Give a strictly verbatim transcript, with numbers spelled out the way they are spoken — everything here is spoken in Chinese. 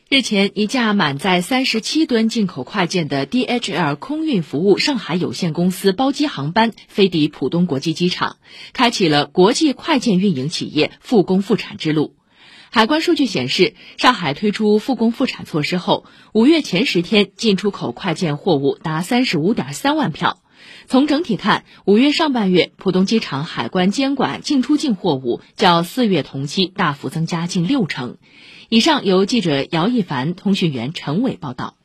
日前，一架满载三十七吨进口快件的 D H L 空运服务上海有限公司包机航班飞抵浦东国际机场，开启了国际快件运营企业复工复产之路。海关数据显示，上海推出复工复产措施后，五月前十天进出口快件货物达 三十五点三万票。从整体看，五月上半月浦东机场海关监管进出境货物较四月同期大幅增加近六成。以上由记者姚一凡、通讯员陈伟报道。